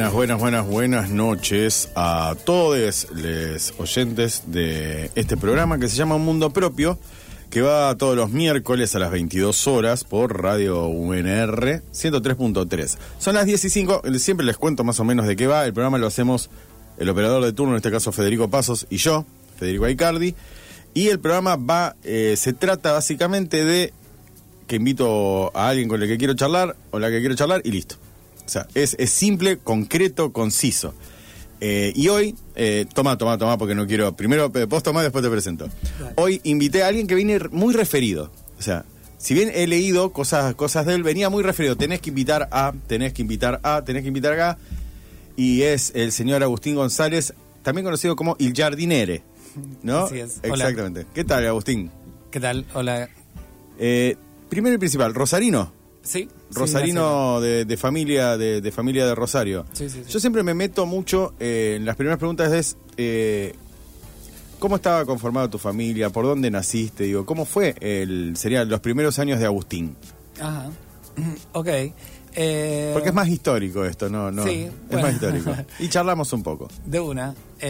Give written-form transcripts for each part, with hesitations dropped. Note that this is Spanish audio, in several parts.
Buenas noches a todos los oyentes de este programa que se llama Un Mundo Propio, que va todos los miércoles a las 22 horas por Radio UNR 103.3. Son las 10:05, siempre les cuento más o menos de qué va. El programa lo hacemos el operador de turno, en este caso Federico Pasos, y yo, Federico Aicardi. Y el programa se trata básicamente de que invito a alguien con el que quiero charlar o la que quiero charlar y listo. O sea, es simple, concreto, conciso. Y hoy, toma, porque no quiero... Primero vos tomá, después te presento. Vale. Hoy invité a alguien que viene muy referido. O sea, si bien he leído cosas de él, venía muy referido. Tenés que invitar acá. Y es el señor Agustín González, también conocido como Il Giardiniere, ¿no? Así es. Exactamente. Hola. ¿Qué tal, Agustín? ¿Qué tal? Hola. Primero y principal, ¿rosarino? Sí. Rosarino de familia de Rosario. Sí. Yo siempre me meto mucho en las primeras preguntas ¿cómo estaba conformada tu familia? ¿Por dónde naciste? Digo, ¿cómo fue serían los primeros años de Agustín? Ajá. Ok. Porque es más histórico esto, ¿no? Sí, es más histórico. Y charlamos un poco. De una.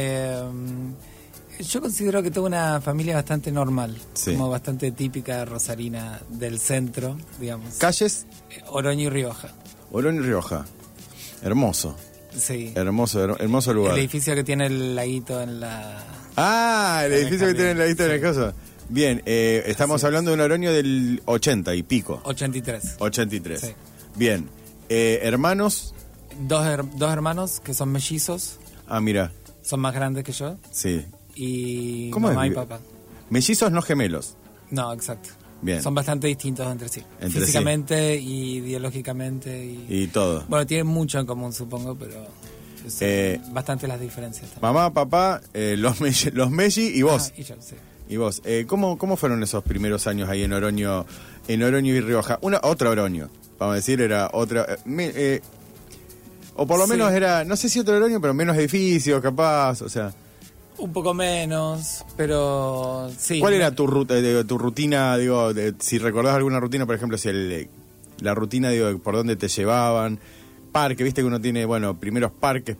Yo considero que tengo una familia bastante normal, sí, como bastante típica rosarina del centro, digamos. ¿Calles? Oroño y Rioja. Oroño y Rioja. Hermoso. Sí. Hermoso lugar. El edificio que tiene el laguito en la... El edificio que tiene el laguito en el coso. Bien, estamos hablando de un Oroño del 80 y pico. 83. Sí. Bien, hermanos. Dos hermanos que son mellizos. Ah, mira. Son más grandes que yo. Sí. Y ¿Cómo mamá es? Y papá. Mellizos, no gemelos. No, exacto. Bien. Son bastante distintos entre sí. Físicamente y ideológicamente. Y todo. Bueno, tienen mucho en común, supongo, pero bastante las diferencias también. Mamá, papá, los Melli y vos. Y yo, sí. Y vos. ¿Cómo fueron esos primeros años ahí en Oroño y Rioja? Otra Oroño, vamos a decir, era otra... o por lo menos era, no sé si otro Oroño, pero menos edificios, capaz, o sea... Un poco menos, pero sí. ¿Cuál era tu rutina, si recordás alguna rutina, por ejemplo, si la rutina, por dónde te llevaban? Parque, viste que uno tiene, primeros parques,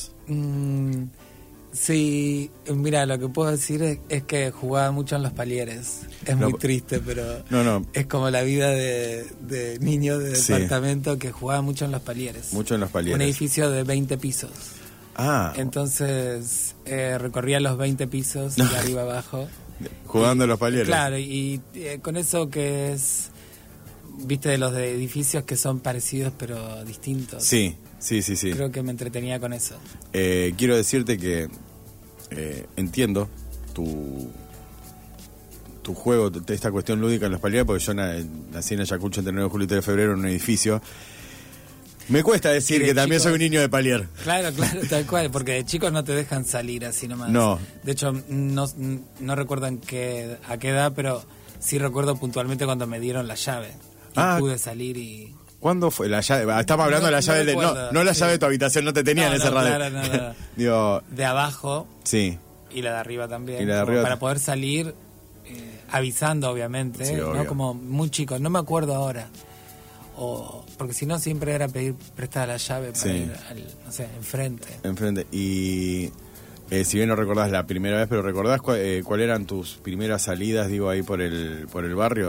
Sí, mira, lo que puedo decir es que jugaba mucho en los palieres. Es muy triste, pero es como la vida de niño de departamento que jugaba mucho en los palieres. Mucho en los palieres. Un edificio de 20 pisos. Entonces recorría los 20 pisos de arriba abajo. Jugando en los palieres. Claro, y con eso que es, viste, de los de edificios que son parecidos pero distintos. Sí. Creo que me entretenía con eso. Quiero decirte que entiendo tu juego, esta cuestión lúdica en los palieres, porque yo nací en Ayacucho entre 9 de julio y 3 de febrero en un edificio. Me cuesta decir que también soy un niño de palier. Claro, tal cual, porque de chicos no te dejan salir así nomás. No. De hecho, no recuerdo a qué edad, pero sí recuerdo puntualmente cuando me dieron la llave. Y pude salir y... ¿Cuándo fue la llave? Estamos hablando de la llave no la llave de tu habitación, no te tenían encerrado. No. Digo, de abajo. Sí. Y la de arriba también. Y la de arriba para poder salir avisando, obviamente, sí, ¿no? Como muy chico, no me acuerdo ahora. Porque si no siempre era pedir prestada la llave para ir enfrente. Y si bien no recordás la primera vez, pero ¿recordás cuál eran tus primeras salidas, ahí por el barrio?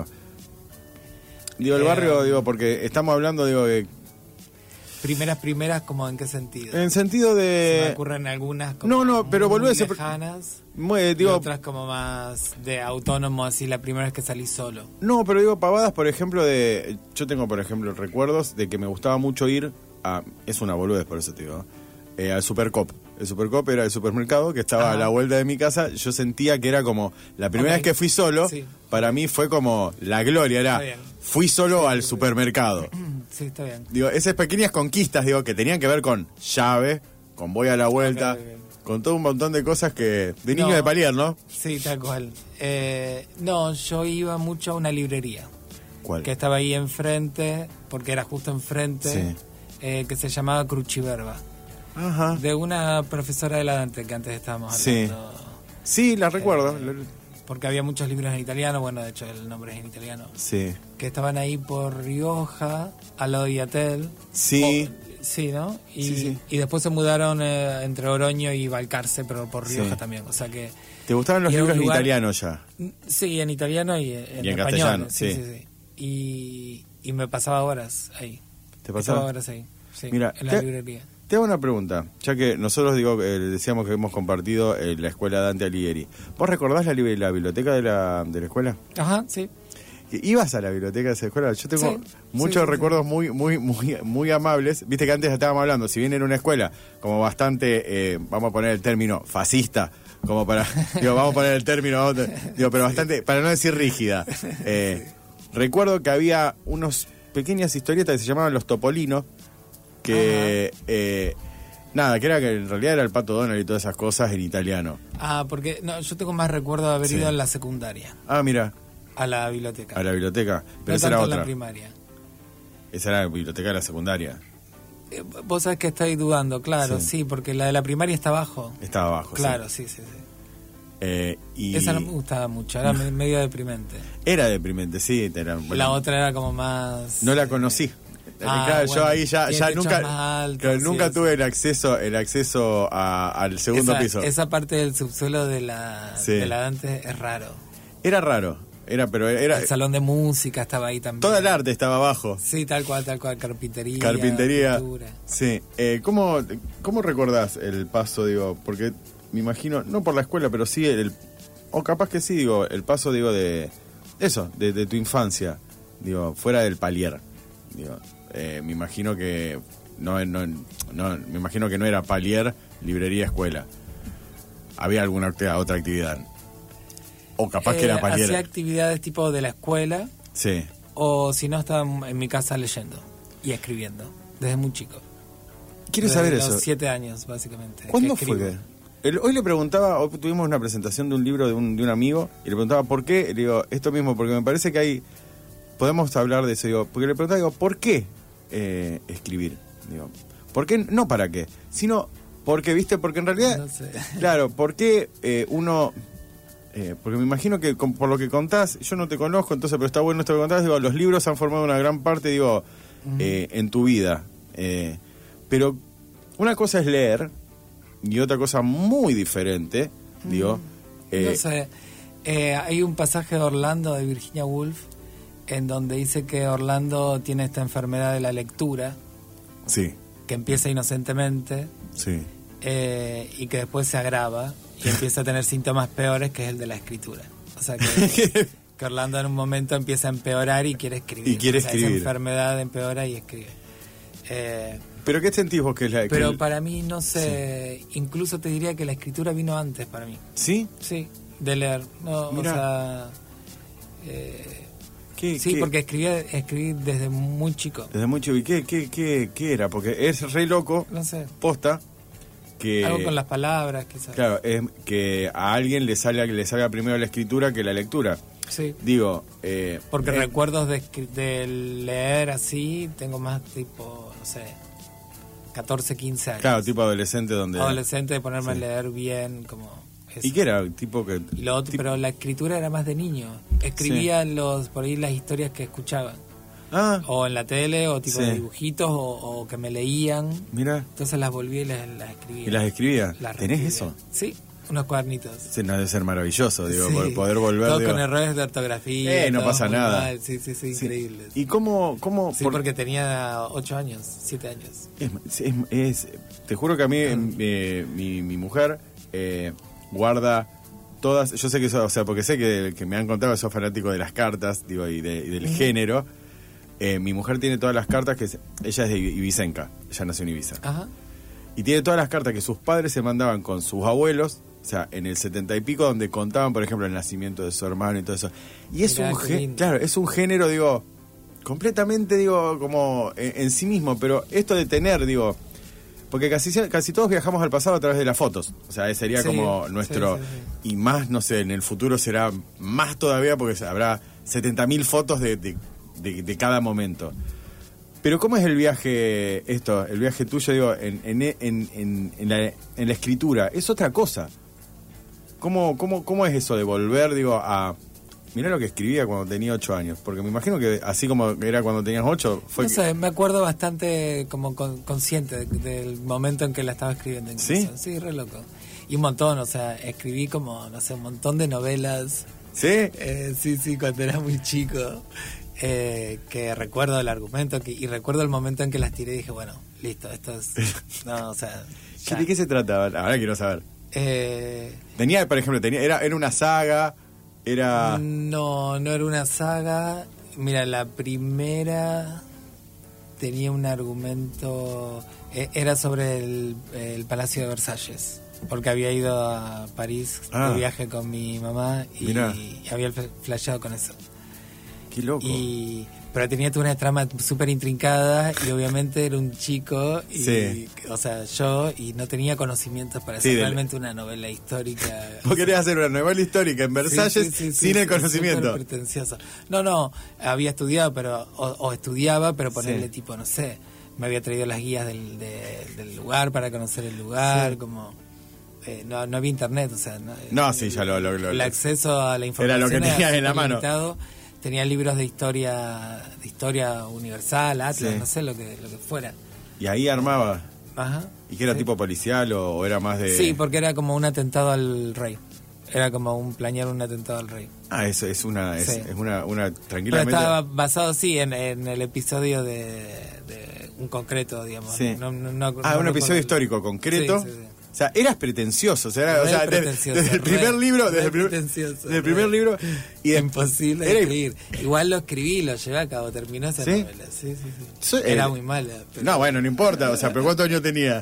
El barrio, porque estamos hablando, de... Primeras, ¿como en qué sentido? En sentido de... Se me ocurren algunas como pero volví a ser lejanas, y otras como más de autónomo, así la primera vez que salí solo. No, pero pavadas, por ejemplo, yo tengo, por ejemplo, recuerdos de que me gustaba mucho ir a... Es una boludez, por eso te digo, al Supercop. El Supercop era el supermercado que estaba a la vuelta de mi casa. Yo sentía que era como... La primera vez que fui solo, para mí fue como la gloria, era... Fui solo al supermercado. Sí, está bien. Esas pequeñas conquistas, que tenían que ver con llave, con voy a la vuelta, con todo un montón de cosas que... De niño de palier, ¿no? Sí, tal cual. Yo iba mucho a una librería. ¿Cuál? Que estaba ahí enfrente, porque era justo enfrente, que se llamaba Cruciverba. Ajá. De una profesora de la Dante que antes estábamos hablando. Sí, la recuerdo. Porque había muchos libros en italiano, de hecho el nombre es en italiano. Sí. Que estaban ahí por Rioja, al lado de Yatel. Sí. Sí, ¿no? Y, sí. Y después se mudaron entre Oroño y Balcarce, pero por Rioja también. O sea que... ¿Te gustaban los libros en italiano ya? Sí, en italiano y en español. Castellano, sí. Y me pasaba horas ahí. ¿Te pasaba? Horas ahí, sí, mira, en la librería. Te hago una pregunta, ya que nosotros decíamos que hemos compartido la escuela Dante Alighieri. ¿Vos recordás la biblioteca de la escuela? Ajá, sí. ¿Ibas a la biblioteca de esa escuela? Yo tengo muchos recuerdos muy amables. Viste que antes estábamos hablando, si bien era una escuela como bastante, vamos a poner el término fascista, como para, vamos a poner el término, pero bastante, para no decir rígida. Recuerdo que había unos pequeñas historietas que se llamaban Los Topolinos, que que era que en realidad era el Pato Donald y todas esas cosas en italiano. Porque yo tengo más recuerdo de haber ido en la secundaria. Mira. A la biblioteca. A la biblioteca, pero no esa era otra. En la primaria. Esa era la biblioteca de la secundaria. Vos sabés que estoy dudando, claro, sí, porque la de la primaria está abajo. Estaba abajo, claro, sí. Y esa no me gustaba mucho, era medio deprimente. Era deprimente, sí. La otra era como más... No la conocí. Claro, yo ahí ya nunca tuve el acceso al segundo piso. Esa parte del subsuelo de la Dante es raro. Era raro. Pero el salón de música estaba ahí también. Todo el arte estaba abajo. Sí, tal cual, carpintería. Pintura. Sí. ¿Cómo recordás el paso, porque me imagino, no por la escuela, pero sí o capaz que sí, el paso, de eso, de tu infancia, fuera del palier, me imagino que no, me imagino que no era palier, librería, escuela. Había alguna otra actividad. O capaz que era palier. Hacía actividades tipo de la escuela. Sí. O si no, estaba en mi casa leyendo y escribiendo, desde muy chico. ¿Quieres saber eso? Los 7 años, básicamente. ¿Cuándo fue? Hoy le preguntaba, hoy tuvimos una presentación de un libro de un amigo, y le preguntaba por qué, le digo, esto mismo, porque me parece que podemos hablar de eso, porque le preguntaba, ¿por qué escribir? ¿Por qué? No para qué, sino porque, porque en realidad, no sé. Claro, ¿por qué uno... porque me imagino que por lo que contás, yo no te conozco, entonces, pero está bueno esto que contás, los libros han formado una gran parte, en tu vida. Pero una cosa es leer y otra cosa muy diferente, no sé, hay un pasaje de Orlando, de Virginia Woolf, en donde dice que Orlando tiene esta enfermedad de la lectura, sí, que empieza inocentemente, sí, y que después se agrava y empieza a tener síntomas peores, que es el de la escritura. O sea que Orlando en un momento empieza a empeorar y quiere escribir. Esa enfermedad empeora y escribe. ¿Pero qué sentís vos que es la... Pero para mí, no sé, incluso te diría que la escritura vino antes para mí. ¿Sí? Sí, de leer. No, mirá. O sea... porque escribí desde muy chico. Desde muy chico. ¿Y qué era? Porque es re loco, no sé, posta, que... Algo con las palabras, quizás. Claro, es que a alguien le salga primero la escritura que la lectura. Sí. Porque recuerdos de leer así, tengo más tipo, no sé, 14, 15 años. Claro, tipo adolescente de ponerme a leer bien, como... Eso. ¿Y qué era? Tipo que... Y lo otro, pero la escritura era más de niño. Escribía por ahí las historias que escuchaba. O en la tele, o tipo de dibujitos, o que me leían. Mira. Entonces las volví y las escribía. ¿Y las escribía? ¿Tenés eso? Sí, unos cuadernitos. Sí, no debe ser maravilloso, poder volver. Todo con errores de ortografía. No pasa nada. Mal. Sí, increíble. ¿Y cómo? Sí, porque tenía 8 años, 7 años. Te juro que a mí, mi mujer guarda todas. Yo sé que eso, porque sé que me han contado que sos fanático de las cartas, y del género. Mi mujer tiene todas las cartas ella es de Ibicenca, ella nació en Ibiza. Ajá. Y tiene todas las cartas que sus padres se mandaban con sus abuelos, o sea, en el 70 y pico, donde contaban, por ejemplo, el nacimiento de su hermano y todo eso. Y es es un género, completamente, como en sí mismo, pero esto de tener, porque casi todos viajamos al pasado a través de las fotos, o sea, sería como nuestro, y más, no sé, en el futuro será más todavía, porque habrá 70.000 fotos de cada momento. Pero ¿cómo es el viaje tuyo, en la escritura? Es otra cosa. ¿Cómo es eso de volver, Mirá lo que escribía cuando tenía 8 años, porque me imagino que así como era cuando tenías 8, fue... No sé, me acuerdo bastante como consciente del momento en que la estaba escribiendo. Incluso. ¿Sí? Sí, re loco. Y un montón, o sea, escribí como, no sé, un montón de novelas. ¿Sí? Sí, cuando era muy chico. Que recuerdo el argumento y recuerdo el momento en que las tiré y dije, bueno, listo, esto es... No, o sea... ¿De qué se trataba? Ahora quiero saber. Tenía, por ejemplo, era una saga... Era... No era una saga. Mira, la primera tenía un argumento... Era sobre el Palacio de Versalles. Porque había ido a París de viaje con mi mamá y había flasheado con eso. Qué loco. Pero tenía toda una trama súper intrincada y obviamente era un chico y, o sea, yo y no tenía conocimientos para hacer realmente una novela histórica. ¿Vos querías hacer una novela histórica en Versalles sin el conocimiento? Súper pretencioso. No, había estudiado o estudiaba, pero ponerle tipo, no sé, me había traído las guías del lugar para conocer el lugar, como... no había internet, o sea... el acceso a la información era lo que tenías en la mano. Limitado. Tenía libros de historia universal, Atlas, no sé lo que fuera. Y ahí armaba. Ajá. ¿Y que era tipo policial o era más de...? Sí, porque era como un atentado al rey. Era como planear un atentado al rey. Eso es una tranquilamente... Pero estaba basado, en el episodio de un concreto, digamos. Sí. Un episodio histórico concreto. Sí. O sea, eras pretencioso, desde el primer libro, desde el primer libro y imposible de escribir. Igual lo escribí, lo llevé a cabo, terminó esa novela. Sí. Era muy mala. Pero... No, bueno, no importa, o sea, pero ¿cuántos años tenía?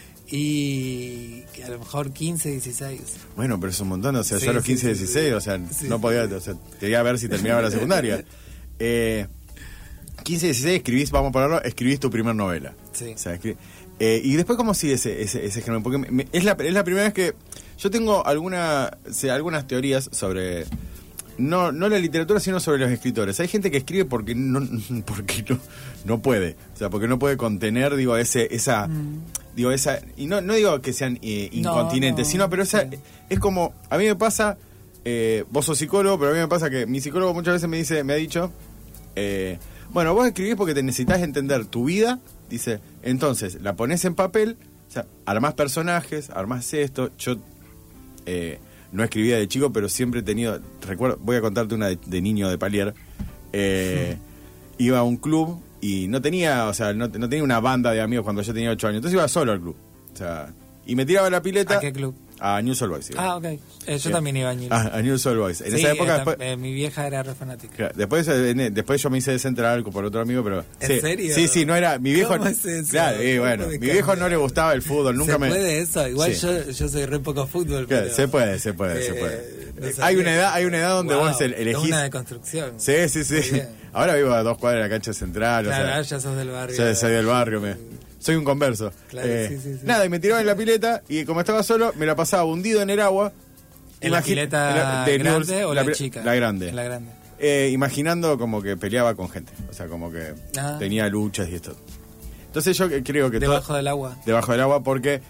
Y a lo mejor 15, 16. Bueno, pero es un montón, o sea, yo a los 15, 16, o sea, no podía, o sea, quería ver si terminaba la secundaria. 15, 16 escribís tu primer novela. Sí. O sea, y después, ¿cómo sigue ese género? Porque es la primera vez que yo tengo algunas teorías sobre no la literatura, sino sobre los escritores. Hay gente que escribe porque no puede, o sea, porque no puede contener, digo, esa y no digo que sean incontinentes, sino, pero es como a mí me pasa. Vos sos psicólogo, pero a mí me pasa que mi psicólogo muchas veces me ha dicho, bueno, vos escribís porque te necesitas entender tu vida. Dice, entonces, la pones en papel, o sea, armás personajes, armás esto. Yo no escribía de chico, pero siempre he tenido... Recuerdo, voy a contarte una de niño de Palier. Iba a un club y no tenía, o sea, no tenía una banda de amigos cuando yo tenía 8 años. Entonces iba solo al club. O sea, y me tiraba a la pileta... ¿A qué club? A News All Boys. Ok. Yo también iba a News. A News All Boys. En esa época... mi vieja era re fanática. Después yo me hice de Central por otro amigo, pero... ¿En serio? Sí, no era... Mi viejo... ¿Cómo es eso? Claro, bueno, mi viejo no le gustaba el fútbol, nunca me... ¿Se puede eso? Igual yo soy re poco fútbol, pero... Se puede. No hay una edad donde vos elegís... Es una deconstrucción. Sí. Ahora vivo a 2 cuadras de la cancha central. Claro, ya sos del barrio. Soy del barrio, soy un converso. Claro, sí. Nada, y me tiraba en la pileta y como estaba solo, me la pasaba hundido en el agua. ¿En la pileta grande o la chica? La grande. En la grande. Imaginando como que peleaba con gente. O sea, como que tenía luchas y esto. Entonces yo creo que... ¿Debajo del agua? Debajo del agua porque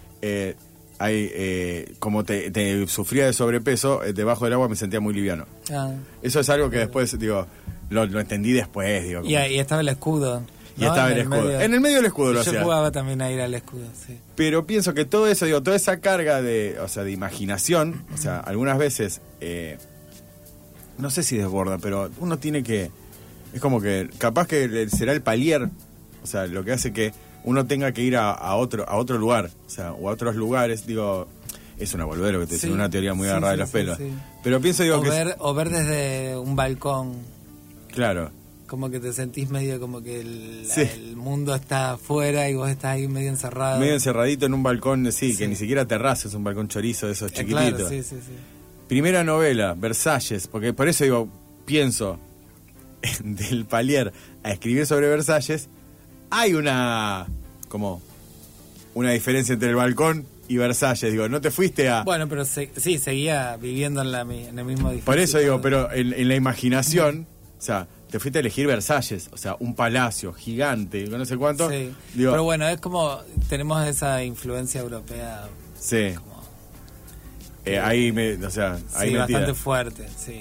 como te sufría de sobrepeso, debajo del agua me sentía muy liviano. Eso es algo que después, digo, lo entendí después. Digo, y estaba el escudo. Y estaba el escudo. En el medio del escudo lo hacía. Yo jugaba también a ir al escudo, sí. Pero pienso que todo eso, toda esa carga de imaginación, o sea, algunas veces, no sé si desborda, pero uno tiene que, es como que, capaz que será el palier, o sea, lo que hace que uno tenga que ir a otro lugar, o sea, o a otros lugares, digo, es una boludera que te dice, una teoría muy agarrada de los pelos. Sí. Pero pienso, o ver desde un balcón. Claro. Como que te sentís medio como que el mundo está afuera y vos estás ahí medio encerrado. Medio encerradito en un balcón, que ni siquiera terraza, es un balcón chorizo de esos chiquititos. Claro, sí. Primera novela, Versalles, porque por eso pienso, del palier a escribir sobre Versalles, hay una diferencia entre el balcón y Versalles. No te fuiste a... Bueno, pero seguía viviendo en el mismo edificio. Por eso pero en la imaginación, o sea... Te fuiste a elegir Versalles, o sea, un palacio gigante, no sé cuánto. Sí, pero bueno, es como, tenemos esa influencia europea. Sí. Ahí, ahí bastante fuerte, sí.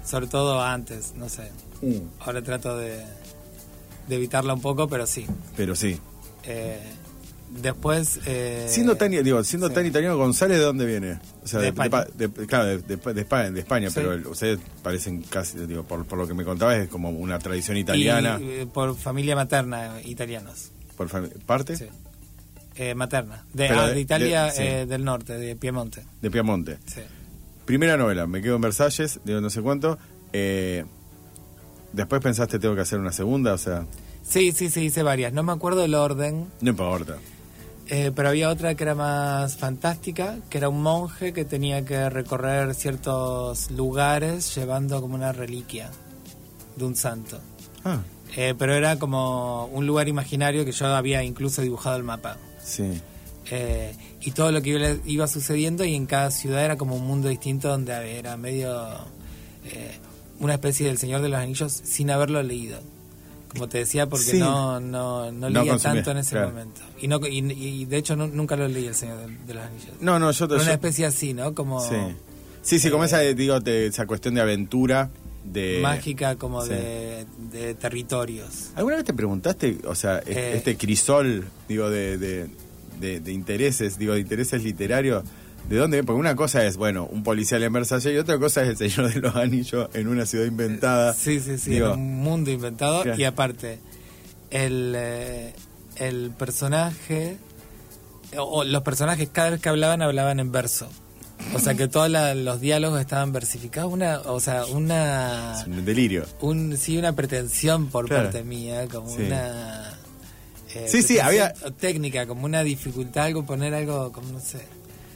sobre todo antes, no sé. Ahora trato de evitarla un poco, pero sí. Pero sí. Después... siendo tan italiano, González, ¿de dónde viene? O sea, de España, sí. Pero ustedes parecen casi, por lo que me contabas, es como una tradición italiana. Y, por familia materna, italianos. ¿Parte? Sí. Materna. De Italia, sí. Del norte, de Piemonte. De Piemonte. Sí. Primera novela, me quedo en Versalles, digo no sé cuánto. Después pensaste, tengo que hacer una segunda, o sea... Sí, hice varias. No me acuerdo el orden. No importa. Pero había otra que era más fantástica, que era un monje que tenía que recorrer ciertos lugares llevando como una reliquia de un santo. Pero era como un lugar imaginario que yo había incluso dibujado el mapa. Sí. Y todo lo que iba sucediendo, y en cada ciudad era como un mundo distinto donde era medio una especie del Señor de los Anillos sin haberlo leído. Como te decía, porque sí. no leía tanto en ese momento. Y de hecho nunca lo leí, el Señor de los Anillos. No, una especie así, ¿no? Como... Sí, como esa cuestión de aventura. Mágica, como sí. de territorios. ¿Alguna vez te preguntaste, o sea, este crisol, de intereses, de intereses literarios, ¿de dónde? Porque una cosa es, un policial en Versalles, y otra cosa es el Señor de los Anillos en una ciudad inventada. Sí, en un mundo inventado. Claro. Y aparte, el personaje, o los personajes cada vez que hablaban en verso. O sea que todos los diálogos estaban versificados, un delirio. Una pretensión por parte mía, como sí. Una había técnica, como una dificultad, poner algo, como no sé.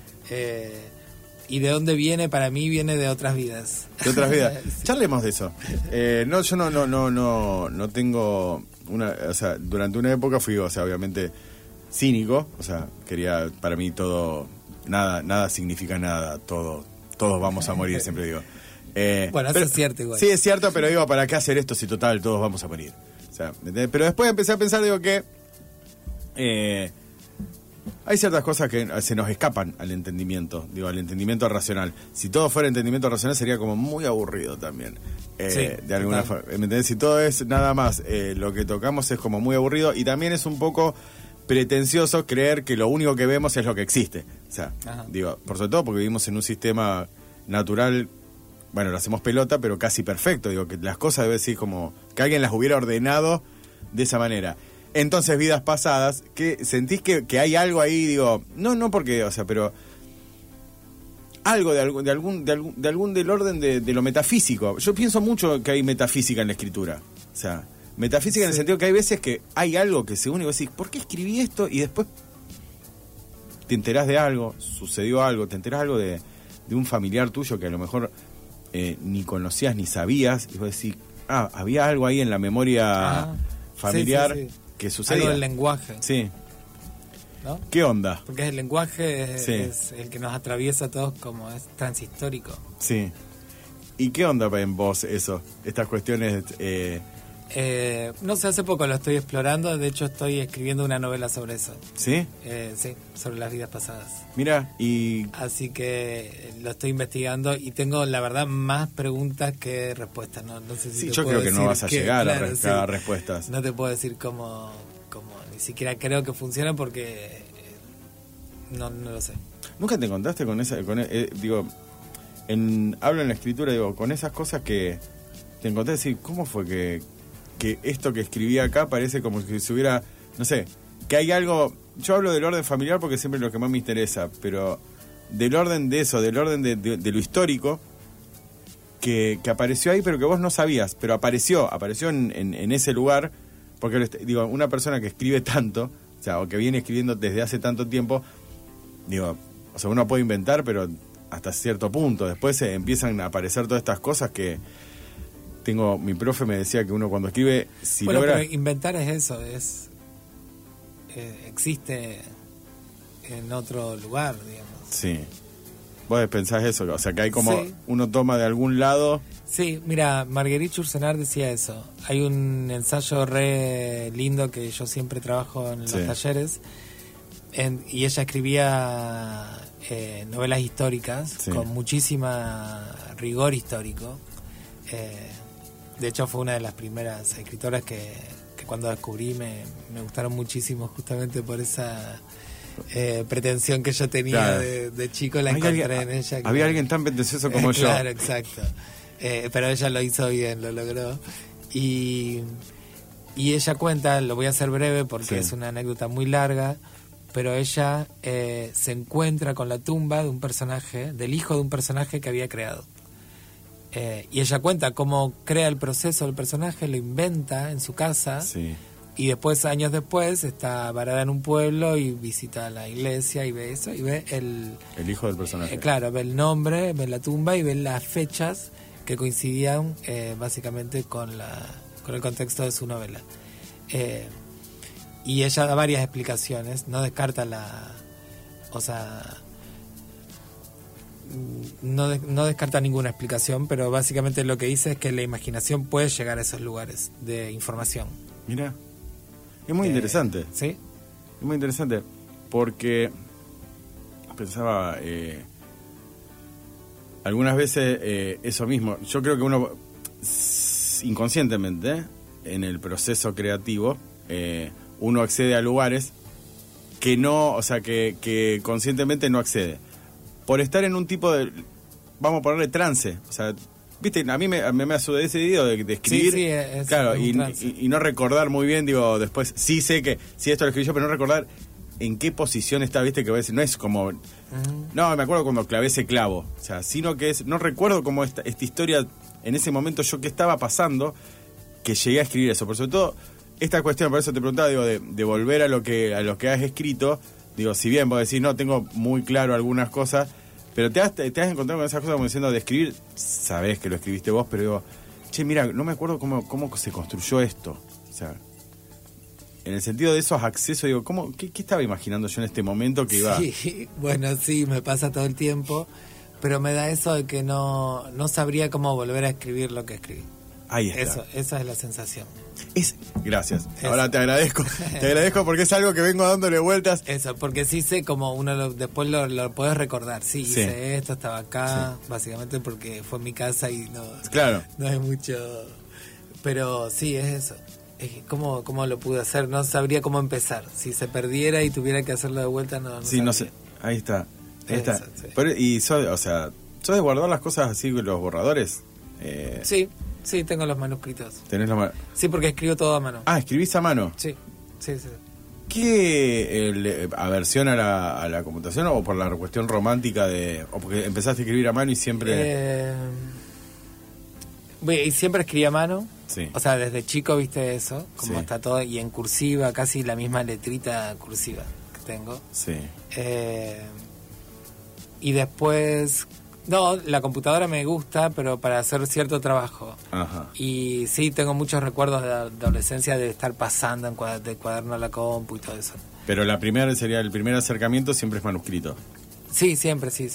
Y de dónde viene, para mí viene de otras vidas. De otras vidas. Sí. Charlemos de eso. Yo no tengo o sea, durante una época fui, obviamente cínico, o sea, quería, para mí todo, nada significa nada, todos vamos a morir, siempre digo. Eso es cierto igual. Sí, es cierto, pero ¿para qué hacer esto si total todos vamos a morir? O sea, pero después empecé a pensar, que hay ciertas cosas que se nos escapan al entendimiento, al entendimiento racional. Si todo fuera entendimiento racional sería como muy aburrido también. De alguna forma. ¿Me entendés? Si todo es nada más lo que tocamos es como muy aburrido, y también es un poco pretencioso creer que lo único que vemos es lo que existe. O sea, por sobre todo porque vivimos en un sistema natural, lo hacemos pelota, pero casi perfecto. Que las cosas debe ser como que alguien las hubiera ordenado de esa manera. Entonces, vidas pasadas, que sentís que hay algo ahí, no porque, o sea, pero algo del orden de lo metafísico. Yo pienso mucho que hay metafísica en la escritura. O sea, metafísica en el sentido que hay veces que hay algo que según y vos decís, ¿por qué escribí esto? Y después te enterás de algo, sucedió algo, te enterás algo de un familiar tuyo que a lo mejor ni conocías ni sabías, y vos decís, había algo ahí en la memoria familiar. Sí. Que sucedía. Algo del lenguaje. Sí. ¿No? ¿Qué onda? Porque el lenguaje es el que nos atraviesa a todos, como es transhistórico. Sí. ¿Y qué onda en vos eso? Estas cuestiones... no sé, hace poco lo estoy explorando. De hecho, estoy escribiendo una novela sobre eso. ¿Sí? Sí, sobre las vidas pasadas. Mira, y... Así que lo estoy investigando y tengo, la verdad, más preguntas que respuestas. No sé si yo creo que no vas a llegar a respuestas. No te puedo decir cómo ni siquiera creo que funciona porque no lo sé. ¿Nunca te encontraste con esa... hablo en la escritura, con esas cosas que te encontré, decir, ¿cómo fue que esto que escribí acá parece como si se hubiera, no sé, que hay algo... Yo hablo del orden familiar porque siempre es lo que más me interesa, pero del orden de eso, del orden de lo histórico, que apareció ahí, pero que vos no sabías, pero apareció en ese lugar, porque una persona que escribe tanto, o sea, o que viene escribiendo desde hace tanto tiempo, o sea, uno puede inventar, pero hasta cierto punto. Después empiezan a aparecer todas estas cosas que... mi profe me decía que uno cuando escribe, si logra... Pero inventar es eso, existe en otro lugar, digamos. Sí. ¿Vos pensás eso? O sea, que hay como uno toma de algún lado... Sí, mira, Marguerite Yourcenar decía eso. Hay un ensayo re lindo que yo siempre trabajo en los talleres, y ella escribía novelas históricas con muchísima rigor histórico. De hecho fue una de las primeras escritoras que cuando descubrí me gustaron muchísimo, justamente por esa pretensión que yo tenía, claro, de chico. La encontré en ella. Había alguien tan pretencioso como yo. Claro, exacto. Pero ella lo hizo bien, lo logró. Y ella cuenta, lo voy a hacer breve porque es una anécdota muy larga, pero ella se encuentra con la tumba de un personaje, del hijo de un personaje que había creado. Y ella cuenta cómo crea el proceso del personaje, lo inventa en su casa, y después, años después, está varada en un pueblo y visita la iglesia y ve eso, y ve el hijo del personaje. Claro, ve el nombre, ve la tumba y ve las fechas que coincidían básicamente con el contexto de su novela. Y ella da varias explicaciones, no descarta no descarta ninguna explicación, pero básicamente lo que dice es que la imaginación puede llegar a esos lugares de información. Mira, es muy interesante. ¿Sí? Es muy interesante porque pensaba algunas veces eso mismo. Yo creo que uno inconscientemente en el proceso creativo uno accede a lugares que no, o sea, que conscientemente no accede. Por estar en un tipo de, vamos a ponerle trance, o sea, viste, a mí me ha sucedido de escribir, es claro, y no recordar muy bien, digo, después sí sé que sí esto lo escribí yo, pero no recordar en qué posición está, viste, que a veces no es como, no, me acuerdo cuando clavé ese clavo, o sea, sino que no recuerdo cómo esta historia, en ese momento yo qué estaba pasando, que llegué a escribir eso, por sobre todo, esta cuestión, por eso te preguntaba, digo, de volver a lo que has escrito. Digo, si bien vos decís, no, tengo muy claro algunas cosas, pero te has encontrado con esas cosas como diciendo de escribir, sabés que lo escribiste vos, pero digo, che, mira, no me acuerdo cómo se construyó esto. O sea, en el sentido de esos accesos, digo, qué estaba imaginando yo en este momento que iba? Sí, bueno, sí, me pasa todo el tiempo, pero me da eso de que no sabría cómo volver a escribir lo que escribí. Ahí está. Esa es la sensación. Gracias. Eso. Ahora te agradezco. Te agradezco porque es algo que vengo dándole vueltas. Eso, porque sí sé como uno después lo puedes recordar. Sí, hice esto, estaba acá, básicamente porque fue en mi casa y no hay mucho. Pero sí, es eso. ¿Cómo lo pude hacer? No sabría cómo empezar. Si se perdiera y tuviera que hacerlo de vuelta, no sí, sabría. No sé. Ahí está. Sí. Y sos de guardar las cosas así, los borradores. Sí, tengo los manuscritos. ¿Tenés los Sí, porque escribo todo a mano. Ah, ¿escribís a mano? Sí. ¿Qué aversión a la computación o por la cuestión romántica o porque empezaste a escribir a mano y siempre... siempre escribí a mano. Sí. O sea, desde chico viste eso, como está todo, y en cursiva, casi la misma letrita cursiva que tengo. Sí. Y después... No, la computadora me gusta, pero para hacer cierto trabajo. Ajá. Y sí, tengo muchos recuerdos de adolescencia de estar pasando de cuaderno a la compu y todo eso. Pero el primer acercamiento siempre es manuscrito. Sí, siempre, sí.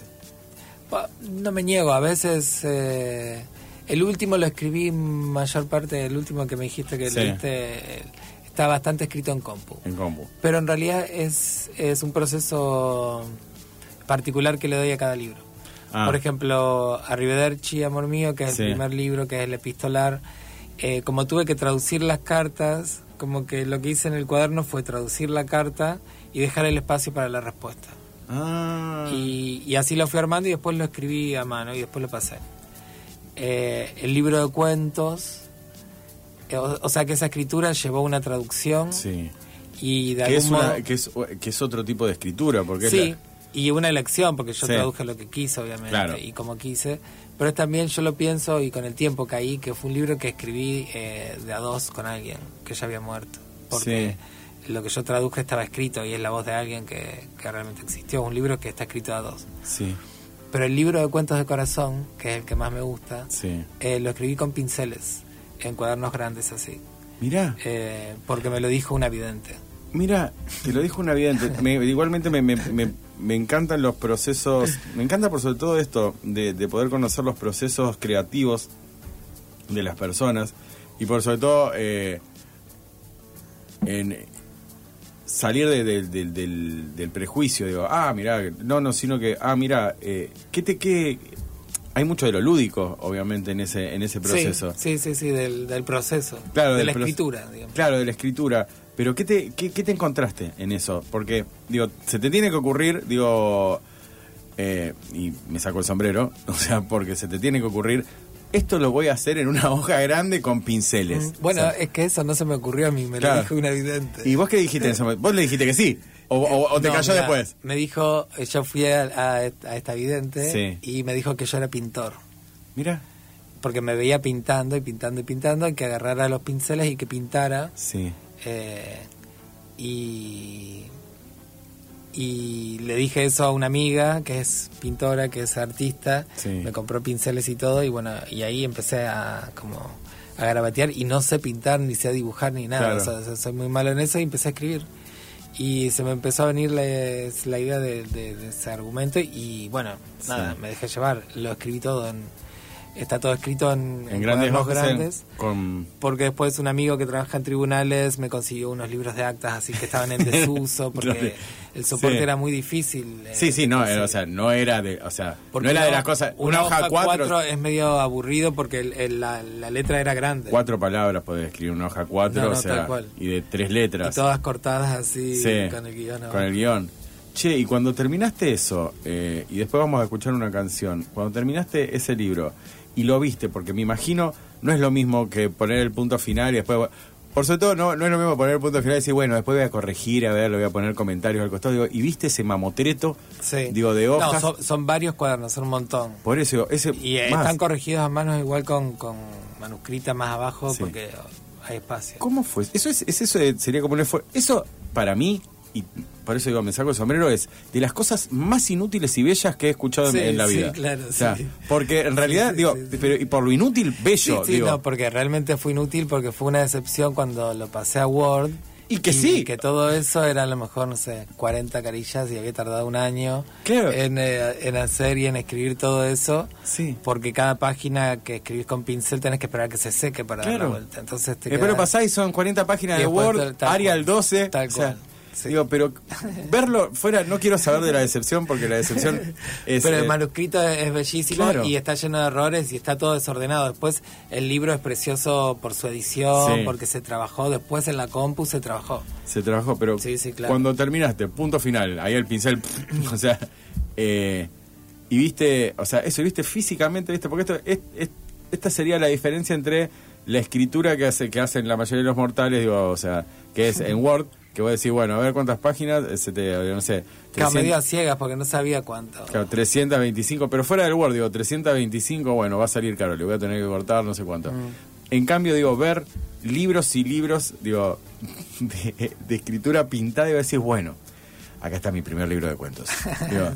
No me niego, a veces... el último lo escribí, mayor parte, el último que me dijiste que leíste, está bastante escrito en compu. Pero en realidad es un proceso particular que le doy a cada libro. Por ejemplo, Arrivederci, Amor Mío, que es el primer libro, que es el epistolar, como tuve que traducir las cartas, como que lo que hice en el cuaderno fue traducir la carta y dejar el espacio para la respuesta. Y así lo fui armando y después lo escribí a mano y después lo pasé. El libro de cuentos, o sea que esa escritura llevó una traducción. Sí. Y de que es otro tipo de escritura, porque sí. Y una elección, porque yo traduje lo que quise, obviamente, y como quise. Pero también yo lo pienso, y con el tiempo caí, que fue un libro que escribí de a dos con alguien que ya había muerto. Porque lo que yo traduje estaba escrito y es la voz de alguien que realmente existió. Un libro que está escrito a dos. Sí. Pero el libro de cuentos de corazón, que es el que más me gusta, lo escribí con pinceles, en cuadernos grandes así. Mirá. Porque me lo dijo una vidente. Mira, te lo dijo una vidente. Igualmente me encantan los procesos, me encanta por sobre todo esto, de poder conocer los procesos creativos de las personas y por sobre todo en salir del prejuicio, digo, mira, no, sino que, mira, hay mucho de lo lúdico, obviamente, en ese proceso. Sí, del proceso, claro, de la escritura, digamos. Claro, de la escritura. Pero ¿qué te encontraste en eso? Porque, digo, se te tiene que ocurrir, digo, y me saco el sombrero, o sea, porque se te tiene que ocurrir, esto lo voy a hacer en una hoja grande con pinceles. Bueno, o sea, es que eso no se me ocurrió a mí, me lo dijo una vidente. ¿Y vos qué dijiste en ese momento? ¿Vos le dijiste que sí? ¿O te cayó después? Me dijo, yo fui a esta vidente y me dijo que yo era pintor. Mira. Porque me veía pintando y pintando y pintando, y que agarrara los pinceles y que pintara. Sí. Y le dije eso a una amiga que es pintora, que es artista. Sí. Me compró pinceles y todo, y bueno, y ahí empecé a garabatear, y no sé pintar, ni sé dibujar, ni nada. Claro. O sea, soy muy malo en eso, y empecé a escribir. Y se me empezó a venir la idea de ese argumento, y bueno, nada, me dejé llevar. Lo escribí todo está todo escrito en grandes hojas grandes, porque después un amigo que trabaja en tribunales me consiguió unos libros de actas así que estaban en desuso, porque el soporte era muy difícil. No era de las cosas. Una hoja 4 es medio aburrido, porque la letra era grande. 4 palabras podés escribir una hoja 4, tal cual. Y de 3 letras. Y todas cortadas así, con el guión. Con el guión. Che, y cuando terminaste eso, y después vamos a escuchar una canción, cuando terminaste ese libro y lo viste, porque me imagino, no es lo mismo que poner el punto final y después, por sobre todo no es lo mismo poner el punto final y decir, bueno, después voy a corregir, a ver, le voy a poner comentarios al costado, digo, y viste ese mamotreto, de hojas. No, son varios cuadernos, son un montón. Por eso, están corregidos a mano, igual con manuscrita más abajo, porque hay espacio. ¿Cómo fue? Sería como un esfuerzo. Eso, para mí, y por eso digo, me saco el sombrero, es de las cosas más inútiles y bellas que he escuchado en la vida. Sí, claro, o sea, porque en realidad, pero y por lo inútil, bello. No, porque realmente fue inútil, porque fue una decepción cuando lo pasé a Word. Y que todo eso era a lo mejor, no sé, 40 carillas, y había tardado un año en hacer y en escribir todo eso. Sí. Porque cada página que escribís con pincel tenés que esperar que se seque para dar la vuelta. Entonces después lo pasáis, son 40 páginas de Word, Arial 12. Tal cual. Sí. Digo, pero verlo fuera, no quiero saber de la decepción, porque la decepción es... Pero el manuscrito es bellísimo, y está lleno de errores y está todo desordenado. Después el libro es precioso por su edición, porque se trabajó, después en la compu se trabajó. Pero claro. Cuando terminaste, punto final, ahí el pincel, o sea, y viste, o sea, eso, viste físicamente, viste, porque esta sería la diferencia entre la escritura que hacen la mayoría de los mortales, digo, o sea, que es en Word, que voy a decir, bueno, a ver cuántas páginas, no sé, 300, medio a ciegas porque no sabía cuánto. Claro, 325, pero fuera del Word, digo, 325, bueno, va a salir caro, le voy a tener que cortar no sé cuánto. En cambio, digo, ver libros y libros, digo, de escritura pintada, y voy a decir, bueno, acá está mi primer libro de cuentos. Digo,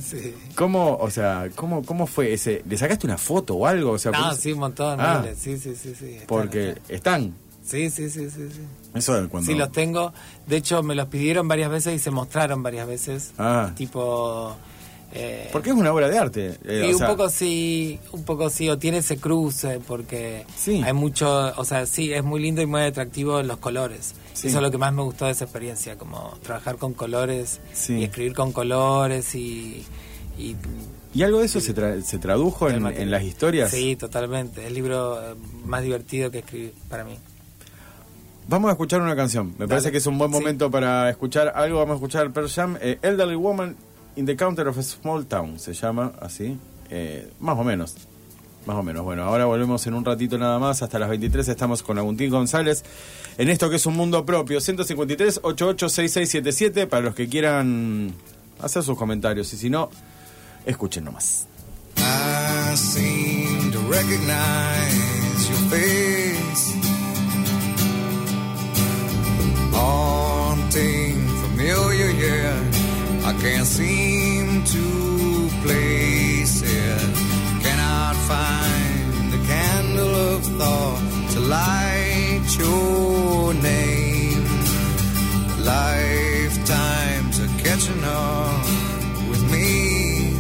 ¿Cómo fue ese? ¿Le sacaste una foto o algo? O sea, sí, un montón. Sí. Porque están. Sí. Eso es cuando... Sí, los tengo. De hecho, me los pidieron varias veces y se mostraron varias veces. Tipo... porque es una obra de arte. Un poco sí, o tiene ese cruce, porque hay mucho... O sea, sí, es muy lindo y muy atractivo los colores. Sí. Eso es lo que más me gustó de esa experiencia, como trabajar con colores y escribir con colores y algo de eso se tradujo en las historias. Sí, totalmente. Es el libro más divertido que escribí para mí. Vamos a escuchar una canción. Me parece que es un buen momento para escuchar algo. Vamos a escuchar Pearl Jam, Elderly Woman in the Counter of a Small Town. Se llama así. Más o menos. Bueno, ahora volvemos en un ratito nada más. Hasta las 23 estamos con Agustín González en esto que es un mundo propio. 153-886677 para los que quieran hacer sus comentarios. Y si no, escuchen nomás. I seem to recognize your face, haunting, familiar, yeah. I can't seem to place it. Cannot find a candle of thought to light your name. Lifetimes are catching up with me.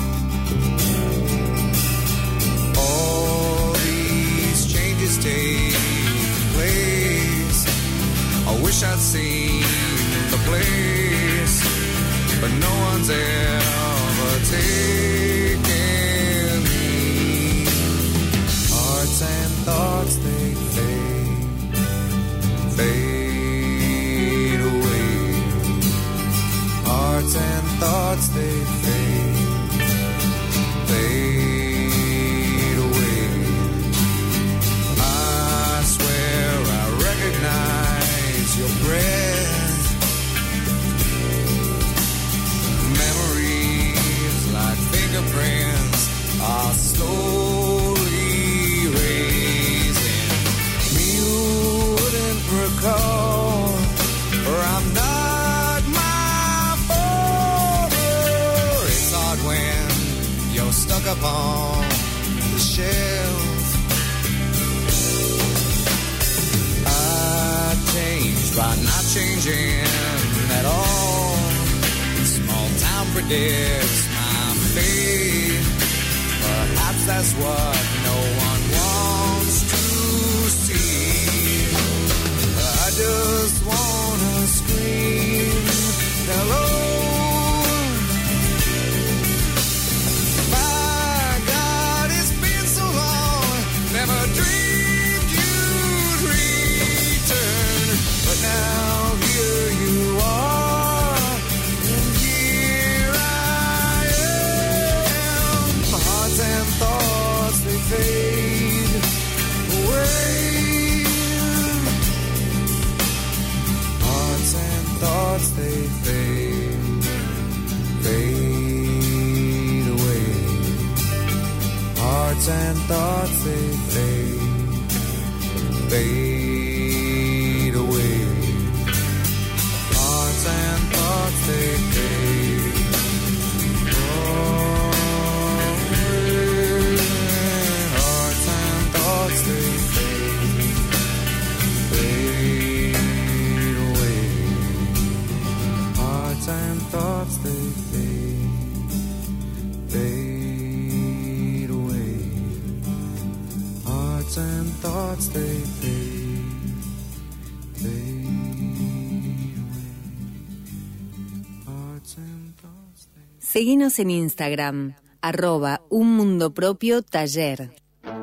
All these changes take place. I wish I'd seen the place, but no one's ever taken me stuck upon the shelf. I changed by not changing at all. Small town predicts my fate. Perhaps that's what no one wants to see. I just wanna scream hello. My God, it's been so long. Never dreamed you'd return, but now here you are, and here I am. My heart and thoughts, they fade away. Hearts and thoughts, they fade away. Hearts and thoughts, they fade away. Hearts and thoughts, they fade away. Hearts and thoughts, they fade away. Hearts and thoughts, they fade away. Hearts and thoughts, they fade away. Hearts and thoughts, they... Seguinos en Instagram, @unmundopropiotaller.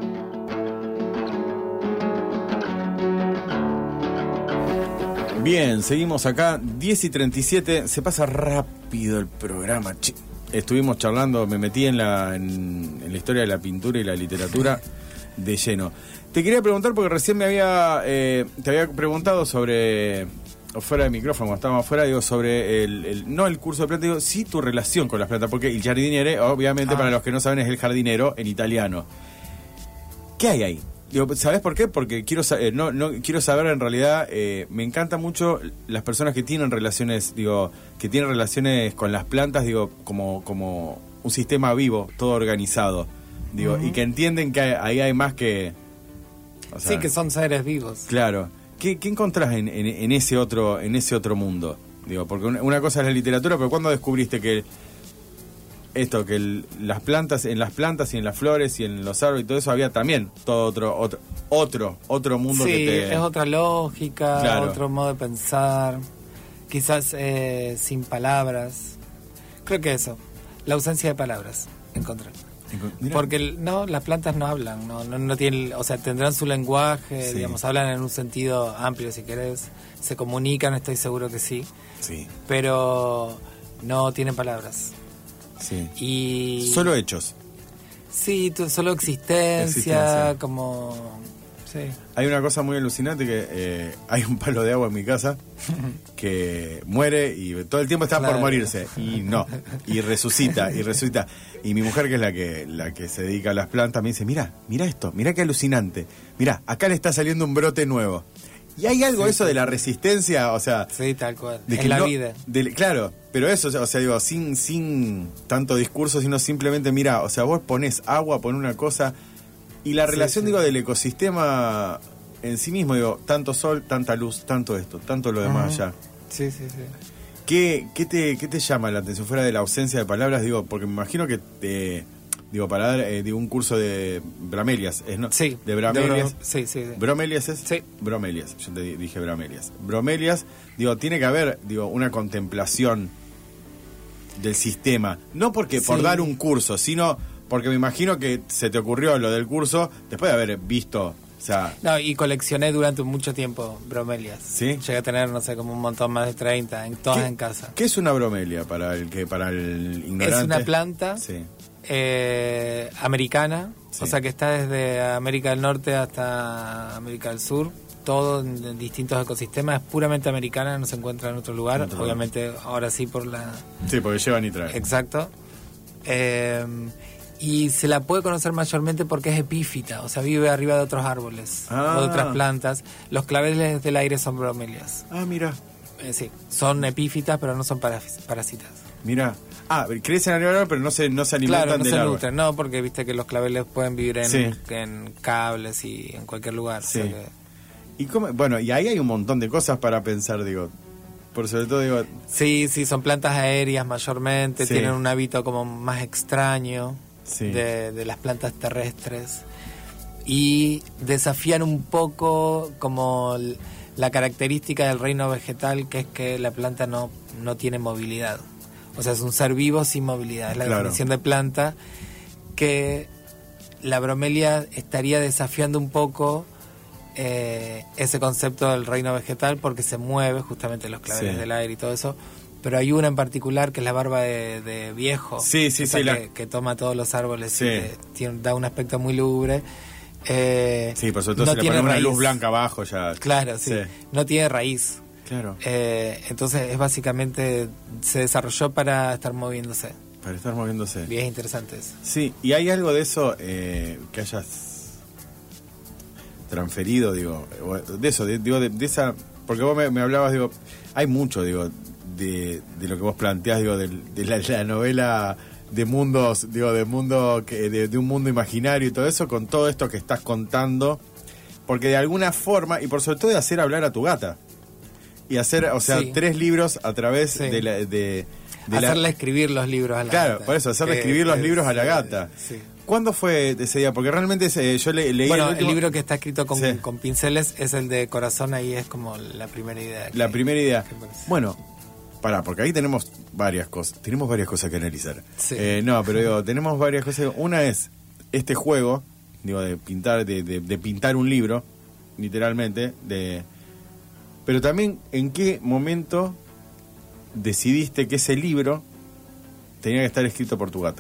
Bien, seguimos acá, 10:37, se pasa rápido el programa. Estuvimos charlando, me metí en la historia de la pintura y la literatura de lleno. Te quería preguntar, porque recién te había preguntado sobre, fuera de micrófono, cuando estábamos afuera, digo, sobre no el curso de planta, digo, sí tu relación con las plantas, porque el giardiniere, obviamente, para los que no saben, es el jardinero en italiano. ¿Qué hay ahí? Digo, ¿sabés por qué? Porque quiero quiero saber, en realidad, me encanta mucho las personas que tienen relaciones, con las plantas, digo, como un sistema vivo, todo organizado, digo, y que entienden que ahí hay más que... O sea, sí, que son seres vivos. Claro. ¿Qué encontrás en ese otro mundo? Digo, porque una cosa es la literatura, pero ¿cuándo descubriste que las plantas y en las flores y en los árboles y todo eso había también todo otro mundo? Sí, que te... es otra lógica, claro, otro modo de pensar, quizás sin palabras. Creo que eso, la ausencia de palabras, encontré. Porque las plantas no hablan, no tienen, o sea, tendrán su lenguaje, sí, digamos, hablan en un sentido amplio, si querés, se comunican, estoy seguro que sí, pero no tienen palabras. Sí. Y solo hechos. Sí, solo existencia, como... Sí. Hay una cosa muy alucinante que hay un palo de agua en mi casa que muere y todo el tiempo está por morirse y resucita. Y mi mujer, que es la que se dedica a las plantas, me dice, mira esto, mira qué alucinante, mira, acá le está saliendo un brote nuevo. Y hay algo de la resistencia, o sea... Sí, tal cual, en la vida. Claro, pero eso, o sea, digo, sin tanto discurso, sino simplemente, mira, o sea, vos ponés agua, ponés una cosa, y la relación, digo, del ecosistema en sí mismo, digo, tanto sol, tanta luz, tanto esto, tanto lo demás allá. Sí. ¿Qué te llama la atención fuera de la ausencia de palabras? Digo, porque me imagino que para dar un curso de bromelias, ¿no? Sí. De bromelias. Sí. ¿Bromelias es? Sí. Bromelias, yo te dije bromelias. Bromelias, digo, tiene que haber, una contemplación del sistema. No porque por dar un curso, sino porque me imagino que se te ocurrió lo del curso después de haber visto... O sea, no, y coleccioné durante mucho tiempo bromelias. ¿Sí? Llegué a tener, no sé, como un montón, más de 30, todas en casa. ¿Qué es una bromelia para el ignorante? Es una planta americana, sí, o sea que está desde América del Norte hasta América del Sur, todo en distintos ecosistemas, es puramente americana, no se encuentra en otro lugar, obviamente ahora sí por la... Sí, porque llevan y traen. Exacto. Y se la puede conocer mayormente porque es epífita, o sea, vive arriba de otros árboles o de otras plantas. Los claveles del aire son bromelias. Mira. Sí, son epífitas, pero no son parásitas. Mira, Crecen a nivel árbol, pero no se alimentan claro, no del se árbol. nutren, no, porque viste que los claveles pueden vivir en cables y en cualquier lugar. Sí. O sea que... Y ahí hay un montón de cosas para pensar, digo. Por sobre todo, digo... Sí, son plantas aéreas mayormente, Sí. tienen un hábito como más extraño Sí. de las plantas terrestres y desafían un poco como la característica del reino vegetal, que es que la planta no tiene movilidad. O sea, es un ser vivo sin movilidad. Es la definición de planta, que la bromelia estaría desafiando un poco ese concepto del reino vegetal, porque se mueve justamente los claveles del aire y todo eso. Pero hay una en particular que es la barba de viejo, que toma todos los árboles y da un aspecto muy lúgubre. Por sobre todo no si tiene le ponen una raíz. luz blanca abajo ya. Claro, sí. No tiene raíz. Claro. Entonces es básicamente, se desarrolló para estar moviéndose. Para estar moviéndose. Y es interesante eso. Sí, y hay algo de eso que hayas transferido, digo, de eso, de esa, porque vos me hablabas, digo, hay mucho, digo, de lo que vos planteás, digo, de la novela de mundos, digo, de un mundo imaginario y todo eso, con todo esto que estás contando, porque de alguna forma, y por sobre todo de hacer hablar a tu gata, y hacer, 3 libros a través de hacerle escribir los libros a la gata. Claro, por eso, hacerle escribir los libros a la gata. Sí. ¿Cuándo fue ese día? Porque realmente yo leí... Bueno, el libro que está escrito con pinceles es el de Corazón, ahí es como la primera idea. La primera idea. Bueno, porque ahí tenemos varias cosas. Tenemos varias cosas que analizar. Sí. Pero digo, tenemos varias cosas. Una es este juego, digo, de pintar, de pintar un libro, literalmente, pero también en qué momento decidiste que ese libro tenía que estar escrito por tu gata.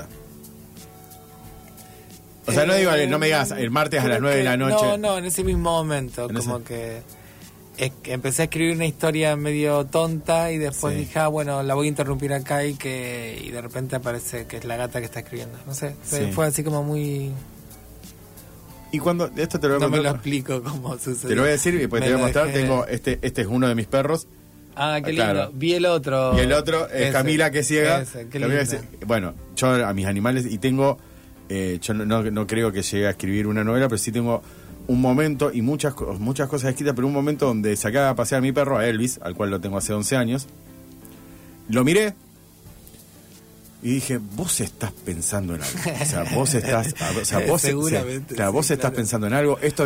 O sea, no me digas el martes a las 9 de la noche. No, en ese mismo momento. Que empecé a escribir una historia medio tonta y después dije, bueno, la voy a interrumpir acá y de repente aparece que es la gata que está escribiendo. No sé, fue así como muy... Y cuando esto te lo voy a contar, no me lo explico cómo sucedió. Te lo voy a decir y después te voy a mostrar. Tengo este es uno de mis perros. Ah, qué lindo. Claro. Vi el otro. Y el otro es Camila, que es ciega. Bueno, yo a mis animales, y tengo... yo no creo que llegue a escribir una novela, pero sí tengo un momento y muchas cosas escritas, pero un momento donde saqué a pasear a mi perro, a Elvis, al cual lo tengo hace 11 años. Lo miré y dije, vos estás pensando en algo. O sea, vos estás... Seguramente. Vos estás pensando en algo. Esto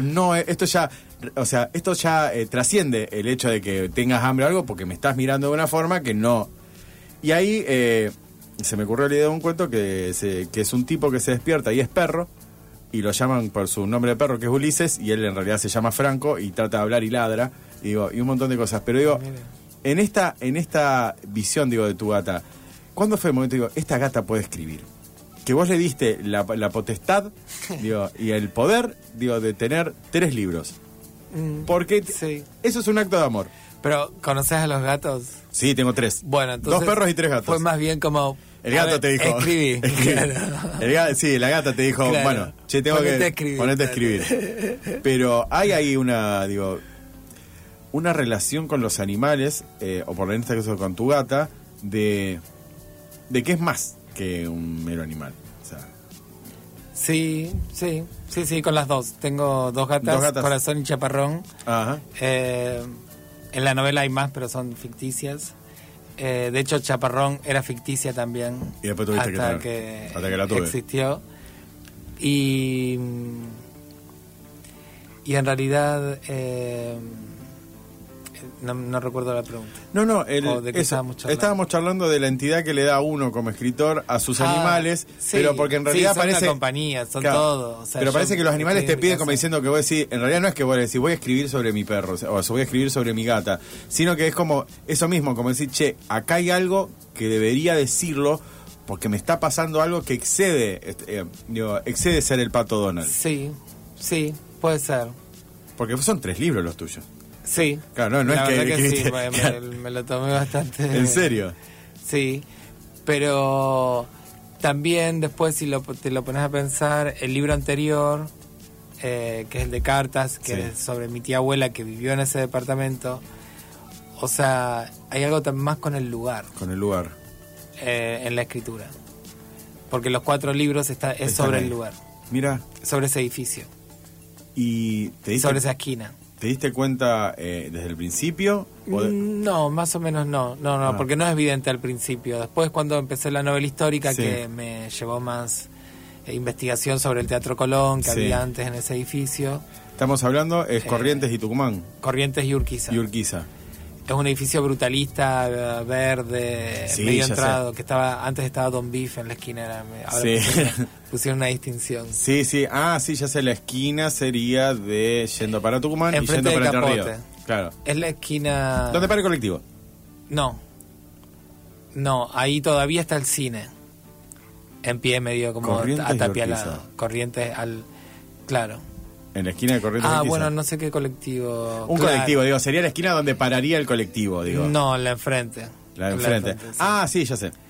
ya trasciende el hecho de que tengas hambre o algo, porque me estás mirando de una forma que no... Y ahí... se me ocurrió la idea de un cuento que es un tipo que se despierta y es perro, y lo llaman por su nombre de perro, que es Ulises, y él en realidad se llama Franco y trata de hablar y ladra, y un montón de cosas. Pero digo, en esta visión, digo, de tu gata, ¿cuándo fue el momento, digo, esta gata puede escribir? Que vos le diste la potestad, digo, y el poder, digo, de tener 3 libros. Porque eso es un acto de amor. Pero, ¿conoces a los gatos? Sí, tengo 3. Bueno, entonces... 2 perros y 3 gatos. Fue más bien como... El gato te dijo... Escribí. Claro. La gata te dijo, claro, bueno, tengo que ponerte a escribir. Pero hay ahí una relación con los animales, o por en este caso con tu gata, de que es más que un mero animal. O sea... Sí, con las 2. Tengo 2 gatas, Corazón y Chaparrón. Ajá. En la novela hay más, pero son ficticias. De hecho, Chaparrón era ficticia también. Y después tuviste hasta que la tuve. Existió. Y en realidad no recuerdo la pregunta. No, estábamos charlando de la entidad que le da uno como escritor a sus animales, pero porque en realidad son parece... una compañía, son todo. O sea, pero parece que los animales te piden como diciendo que vos decís, en realidad no es que vos decís, voy a escribir sobre mi perro, o voy a escribir sobre mi gata, sino que es como eso mismo, como decir, acá hay algo que debería decirlo, porque me está pasando algo que excede ser el Pato Donald. Sí, puede ser. Porque son 3 libros los tuyos. Sí. Claro, no es que sí, me lo tomé bastante. ¿En serio? Sí, pero también después si te lo pones a pensar, el libro anterior, que es el de cartas, que es sobre mi tía abuela que vivió en ese departamento, o sea, hay algo también más con el lugar. Con el lugar. en la escritura. Porque los 4 libros es sobre el lugar. Mira. Sobre ese edificio. Y sobre esa esquina. ¿Te diste cuenta desde el principio? No, más o menos no, porque no es evidente al principio. Después, cuando empecé la novela histórica, que me llevó más investigación sobre el Teatro Colón, que había antes en ese edificio. Estamos hablando, es Corrientes y Tucumán. Corrientes y Urquiza. Es un edificio brutalista, verde, medio entrado, que antes estaba Don Beef en la esquina. Ahora pusieron una distinción. Sí. Ah, sí, ya sé, la esquina sería de yendo para Tucumán y yendo para Entre Ríos. Claro. Es la esquina... ¿Dónde para el colectivo? No, ahí todavía está el cine. En pie medio como atapialado. Corrientes al... Claro. En la esquina de Corrientes. Bueno, no sé qué colectivo. Colectivo, digo, sería la esquina donde pararía el colectivo, digo. No, la enfrente. La de enfrente. Sí, ya sé.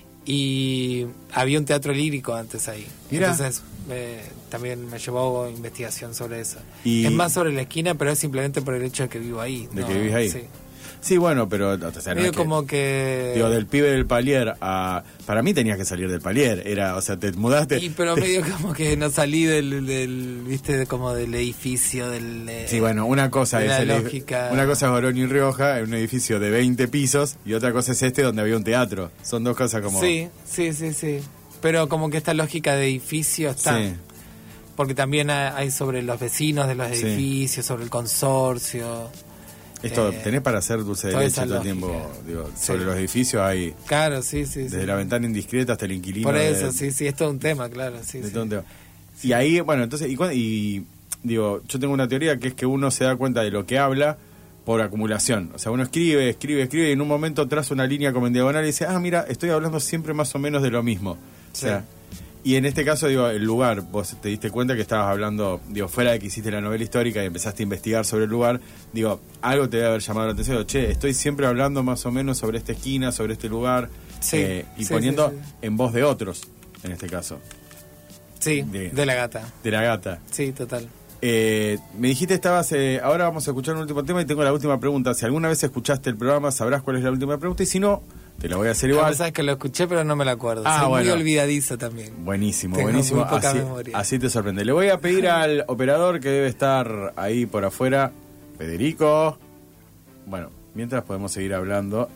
Y había un teatro lírico antes ahí. Mira. Entonces también me llevó investigación sobre eso. Es más sobre la esquina, pero es simplemente por el hecho de que vivo ahí. ¿De que vivís ahí? Sí, bueno, pero... O sea, no es como que... Digo, del pibe del Palier a... Para mí tenías que salir del Palier. O sea, te mudaste... Pero medio como que no salí del viste, como del edificio, sí, bueno, una cosa es... Una cosa es Oroño y Rioja, en un edificio de 20 pisos, y otra cosa es donde había un teatro. Son dos cosas como... Sí. Pero como que esta lógica de edificio está... Sí. Porque también hay sobre los vecinos de los edificios, sobre el consorcio... Esto, tenés para hacer dulce de leche todo el tiempo, digo, sobre los edificios hay... Claro, sí. Desde la ventana indiscreta hasta el inquilino. Por eso, sí, es todo un tema, claro, sí. Todo un tema. Y ahí, bueno, entonces, y digo, yo tengo una teoría que es que uno se da cuenta de lo que habla por acumulación. O sea, uno escribe, y en un momento traza una línea como en diagonal y dice, mira, estoy hablando siempre más o menos de lo mismo. O sea... Y en este caso, digo, el lugar, vos te diste cuenta que estabas hablando, digo, fuera de que hiciste la novela histórica y empezaste a investigar sobre el lugar, digo, algo te debe haber llamado la atención, estoy siempre hablando más o menos sobre esta esquina, sobre este lugar, y poniendo en voz de otros, en este caso. Sí, de la gata. De la gata. Sí, total. Me dijiste ahora vamos a escuchar un último tema y tengo la última pregunta. Si alguna vez escuchaste el programa, sabrás cuál es la última pregunta, y si no... Te la voy a hacer igual. Sabes que lo escuché, pero no me la acuerdo. Soy muy olvidadizo también. Buenísimo. Muy poca memoria. Así te sorprende. Le voy a pedir al operador que debe estar ahí por afuera, Federico. Bueno, mientras podemos seguir hablando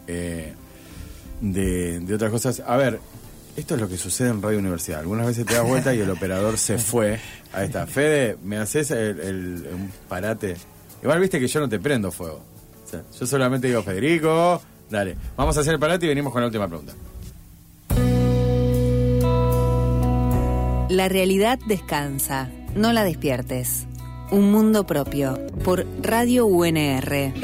de otras cosas. A ver, esto es lo que sucede en Radio Universidad. Algunas veces te das vuelta y el operador se fue. Ahí está. Fede, ¿me haces un parate? Igual viste que yo no te prendo fuego. O sea, yo solamente digo, Federico... Dale, vamos a hacer el parate y venimos con la última pregunta. La realidad descansa, no la despiertes. Un mundo propio, por Radio UNR.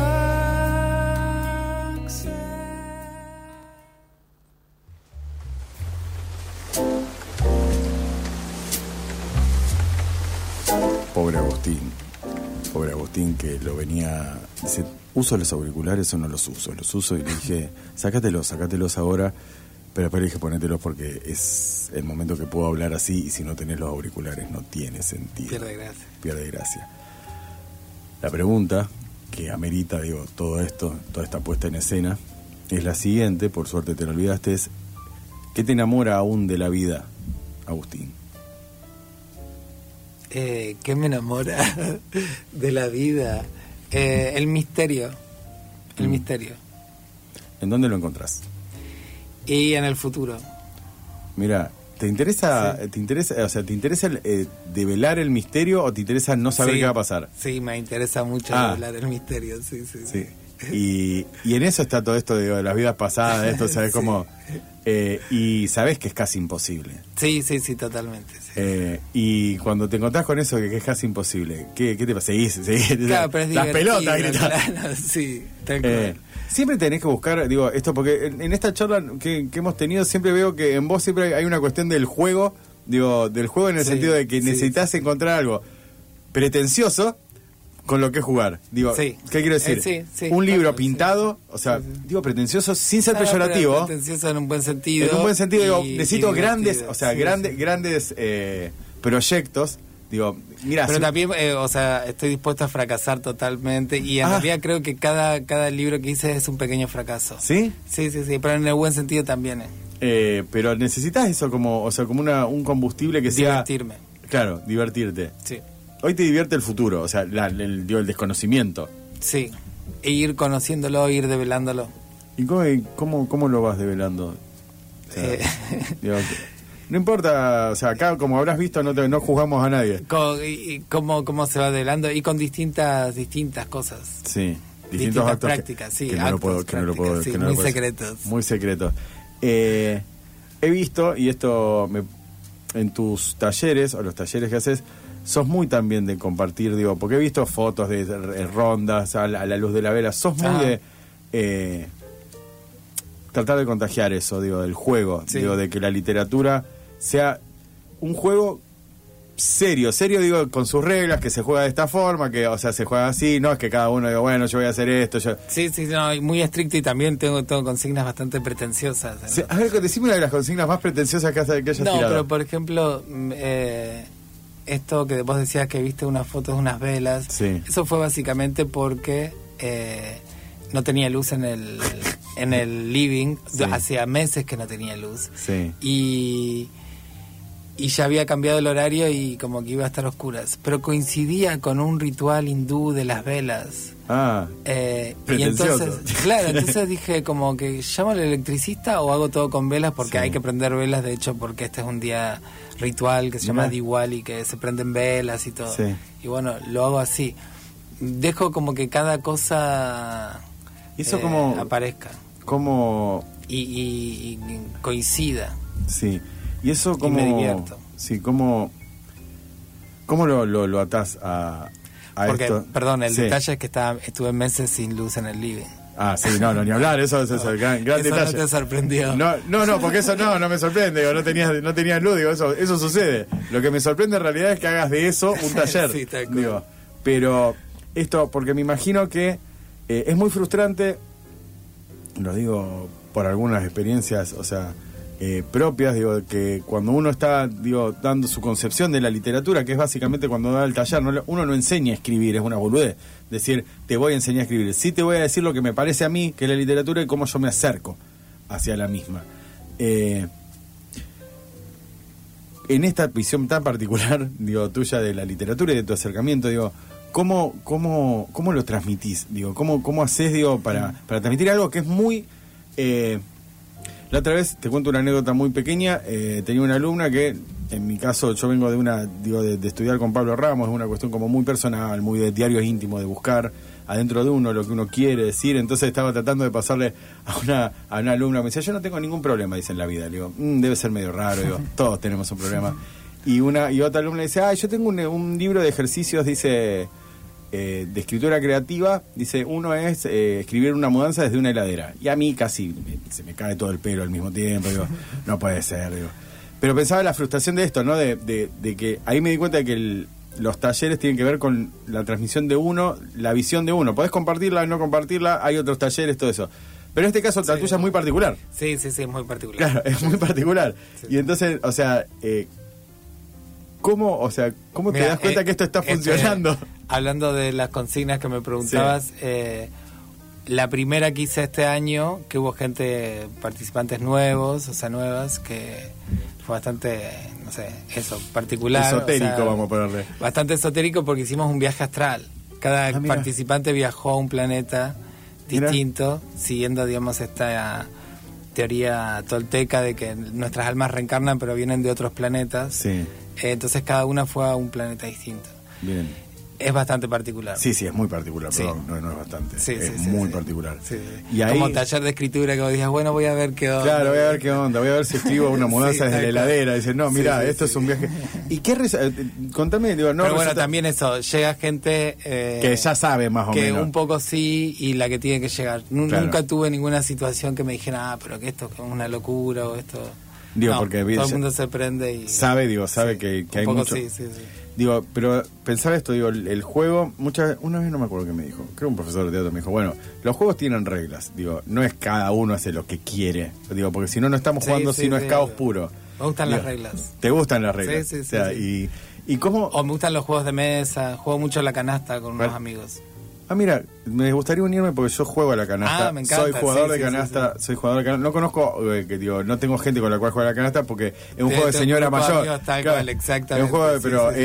Pobre Agustín que lo venía... Dice, ¿uso los auriculares o no los uso? Los uso y le dije, sácatelos ahora. Pero después le dije, ponételos porque es el momento que puedo hablar así y si no tenés los auriculares no tiene sentido. Pierde gracia. La pregunta que amerita, todo esto, toda esta puesta en escena, es la siguiente, por suerte te lo olvidaste, es ¿qué te enamora aún de la vida, Agustín? ¿Qué me enamora de la vida? El misterio. El misterio. ¿En dónde lo encontrás? Y en el futuro. Mira, ¿te interesa develar el misterio o te interesa no saber qué va a pasar? Sí, me interesa mucho develar el misterio, sí. Y en eso está todo esto de las vidas pasadas, de esto, ¿sabes cómo? Y sabés que es casi imposible. Sí, totalmente. Y cuando te encontrás con eso que es casi imposible, ¿qué te pasa? Seguís claro, pero es las pelotas gritando. Sí, tal cual. Siempre tenés que buscar, esto porque en esta charla que hemos tenido siempre veo que en vos siempre hay una cuestión del juego, del juego en el sentido de que necesitas encontrar algo pretencioso con lo que jugar. ¿Qué quiero decir? Un libro pintado, o sea, pretencioso sin ser peyorativo. Pretencioso en un buen sentido. En un buen sentido, necesito grandes, grandes proyectos, Digo, mira, pero también, o sea, estoy dispuesto a fracasar totalmente y en realidad creo que cada libro que hice es un pequeño fracaso. ¿Sí? Sí, pero en el buen sentido también. Pero necesitas eso como, o sea, como un combustible que sea... Divertirme. Claro, divertirte. Sí. Hoy te divierte el futuro, o sea, el desconocimiento. Sí, e ir conociéndolo, ir develándolo. ¿Y cómo lo vas develando? O sea, digo, no importa, o sea, acá como habrás visto no juzgamos a nadie. ¿Cómo se va develando? Y con distintas cosas. Sí, distintos actos prácticas, sí, que no lo puedo, sí, que no muy lo secretos. Muy secretos. He visto, y esto en tus talleres, o los talleres que haces, sos muy también de compartir, digo, porque he visto fotos de rondas a la luz de la vela, sos muy de tratar de contagiar eso, digo, del juego, digo, de que la literatura sea un juego serio, digo, con sus reglas, que se juega de esta forma, que, o sea, se juega así, no es que cada uno diga, bueno, yo voy a hacer esto, yo... Sí, no, muy estricto y también tengo consignas bastante pretenciosas. ¿No? Sí, a ver, decime una de las consignas más pretenciosas que hayas tirado. No, pero por ejemplo, esto que vos decías que viste unas fotos de unas velas, eso fue básicamente porque no tenía luz en el living, hacía meses que no tenía luz, y ya había cambiado el horario y como que iba a estar oscuras, pero coincidía con un ritual hindú de las velas. Y entonces dije como que llamo al electricista o hago todo con velas, porque hay que prender velas, de hecho, porque este es un día ritual que se llama Diwali, que se prenden velas y todo, y bueno, lo hago así, dejo como que cada cosa eso como aparezca como y coincida. Y eso como... Y me divierto. Sí, ¿cómo lo atás a porque, esto? Perdón, el detalle es que estuve meses sin luz en el living. Sí, no, ni hablar, eso es el gran eso detalle. ¿No te sorprendió? No, porque eso no me sorprende, digo, no tenías luz, digo, eso sucede. Lo que me sorprende en realidad es que hagas de eso un taller. Digo, pero esto, porque me imagino que es muy frustrante, lo digo por algunas experiencias, o sea, propias, digo, que cuando uno está, digo, dando su concepción de la literatura, que es básicamente cuando da el taller, uno no enseña a escribir, es una boludez decir, te voy a enseñar a escribir. Sí te voy a decir lo que me parece a mí que es la literatura y cómo yo me acerco hacia la misma. En esta visión tan particular, digo, tuya de la literatura y de tu acercamiento, digo, ¿cómo lo transmitís? Digo, ¿cómo haces, digo, para transmitir algo que es muy... La otra vez, te cuento una anécdota muy pequeña, tenía una alumna que, en mi caso, yo vengo de estudiar con Pablo Ramos, es una cuestión como muy personal, muy de diarios íntimos, de buscar adentro de uno lo que uno quiere decir, entonces estaba tratando de pasarle a una alumna, me decía, yo no tengo ningún problema, dice, en la vida, le digo, debe ser medio raro, digo, todos tenemos un problema, y otra alumna dice, yo tengo un libro de ejercicios, dice... de escritura creativa, dice, uno es escribir una mudanza desde una heladera. Y a mí casi se me cae todo el pelo al mismo tiempo, digo, no puede ser, digo. Pero pensaba en la frustración de esto, ¿no? De que ahí me di cuenta de que los talleres tienen que ver con la transmisión de uno, la visión de uno. Podés compartirla, no compartirla, hay otros talleres, todo eso. Pero en este caso la tuya es muy particular. Sí, es muy particular. Claro, es muy particular. Y entonces, o sea... ¿Cómo te das cuenta que esto está funcionando? Hablando de las consignas que me preguntabas, la primera que hice este año, que hubo participantes nuevas, que fue bastante, particular. Esotérico, vamos a ponerle. Bastante esotérico porque hicimos un viaje astral. Cada participante viajó a un planeta distinto, siguiendo, digamos, esta teoría tolteca de que nuestras almas reencarnan pero vienen de otros planetas. Sí. Entonces cada una fue a un planeta distinto. Bien. Es bastante particular. Sí, es muy particular, perdón, no es bastante. Es muy particular. Sí. Y ahí, como taller de escritura que vos digas, bueno, voy a ver qué onda. Claro, voy a ver qué onda, voy a ver si escribo una mudanza desde la heladera. Dice, no, mira, esto es un viaje. ¿Y qué contame, digo, no. Pero bueno, también eso, llega gente que ya sabe más o menos. Que un poco sí, y la que tiene que llegar. Nunca tuve ninguna situación que me dijera, pero que esto es una locura o esto. Digo, porque todo el mundo se prende y... Sabe que hay mucho... Sí. Digo, pero pensaba esto, digo, el juego, una vez no me acuerdo qué me dijo, creo un profesor de teatro me dijo, bueno, los juegos tienen reglas, digo, no es cada uno hace lo que quiere, digo, porque si no estamos jugando, si no es caos puro. Me gustan las reglas. ¿Te gustan las reglas? Sí. O sea, ¿Y cómo? O me gustan los juegos de mesa, juego mucho a la canasta con unos amigos. Ah, mira, me gustaría unirme porque yo juego a la canasta. Me encanta. Soy jugador de canasta, soy jugador de canasta. No conozco, no tengo gente con la cual jugar a la canasta porque es un juego de señora mayor. Claro, exactamente. Es un juego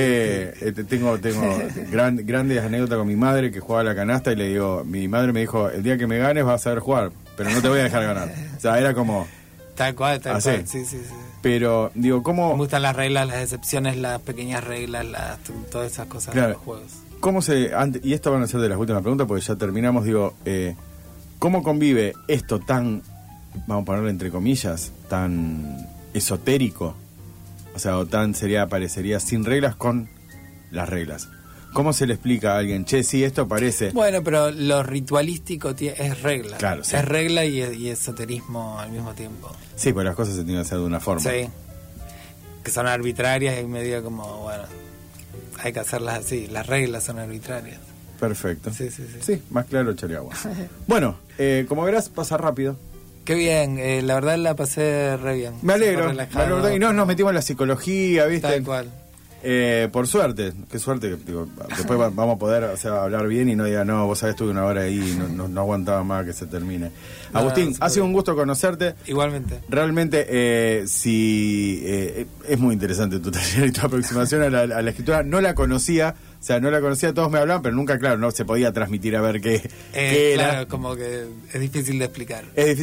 pero tengo grandes anécdotas con mi madre que jugaba a la canasta y le digo, mi madre me dijo, el día que me ganes vas a saber jugar, pero no te voy a dejar ganar. O sea, era como... Tal cual. Sí. Pero, digo, ¿cómo...? Me gustan las reglas, las excepciones, las pequeñas reglas, todas esas cosas de los juegos. ¿Cómo y esto van a ser de las últimas preguntas porque ya terminamos, digo, ¿cómo convive esto tan, vamos a ponerlo entre comillas, tan esotérico? O sea, parecería sin reglas con las reglas. ¿Cómo se le explica a alguien, sí, esto parece...? Bueno, pero lo ritualístico es regla. Claro, sí. Es regla y esoterismo al mismo tiempo. Sí, pues las cosas se tienen que hacer de una forma. Sí. Que son arbitrarias y medio como, bueno... Hay que hacerlas así, las reglas son arbitrarias. Perfecto. Sí, más claro, echarle agua. Bueno, como verás, pasa rápido. Qué bien, la verdad la pasé re bien. Me alegro. Y nos metimos en la psicología, ¿viste? Tal cual. Por suerte, qué suerte, digo, después vamos a poder hablar bien y no diga, no, vos sabés, estuve una hora ahí y no aguantaba más que se termine. Agustín, ha sido un gusto conocerte. Igualmente. Realmente, es muy interesante tu taller y tu aproximación a la escritura. No la conocía, todos me hablaban, pero nunca, claro, no se podía transmitir a ver qué era. Claro, como que es difícil de explicar.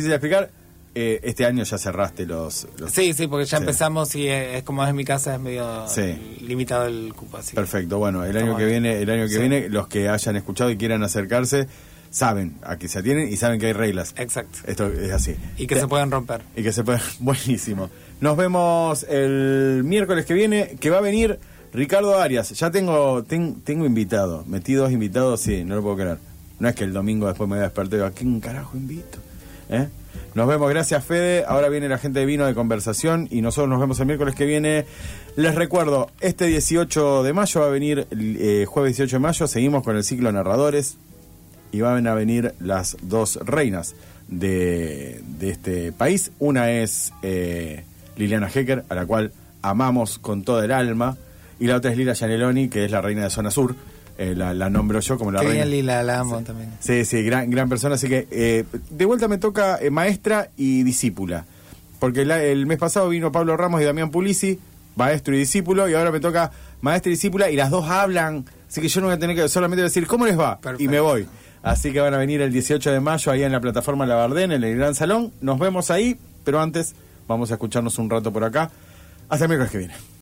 Este año ya cerraste los... Sí, porque ya empezamos y es como es en mi casa, es medio limitado el cupo. Así. Perfecto, bueno, el año que viene, los que hayan escuchado y quieran acercarse, saben a qué se atienen y saben que hay reglas. Exacto. Esto es así. Y que se pueden romper. Buenísimo. Nos vemos el miércoles que viene, que va a venir Ricardo Arias. Ya tengo invitado, metí 2 invitados, sí, no lo puedo creer. No es que el domingo después me voy a despertar y digo, ¿a quién carajo invito? Nos vemos, gracias Fede. Ahora viene la gente de Vino de Conversación y nosotros nos vemos el miércoles que viene. Les recuerdo, este 18 de mayo va a venir, jueves 18 de mayo, seguimos con el ciclo Narradores y van a venir las 2 reinas de este país. Una es Liliana Hecker, a la cual amamos con toda el alma, y la otra es Lila Gianelloni, que es la reina de Zona Sur. La nombro yo como la reina. Qué bien, Lila, la amo también. Sí, gran persona, así que de vuelta me toca maestra y discípula, porque el mes pasado vino Pablo Ramos y Damián Pulisi, maestro y discípulo, y ahora me toca maestra y discípula, y las 2 hablan, así que yo no voy a tener que solamente decir ¿cómo les va? Perfecto. Y me voy. Así que van a venir el 18 de mayo ahí en la plataforma La Bardén, en el Gran Salón. Nos vemos ahí, pero antes vamos a escucharnos un rato por acá. Hasta el miércoles que viene.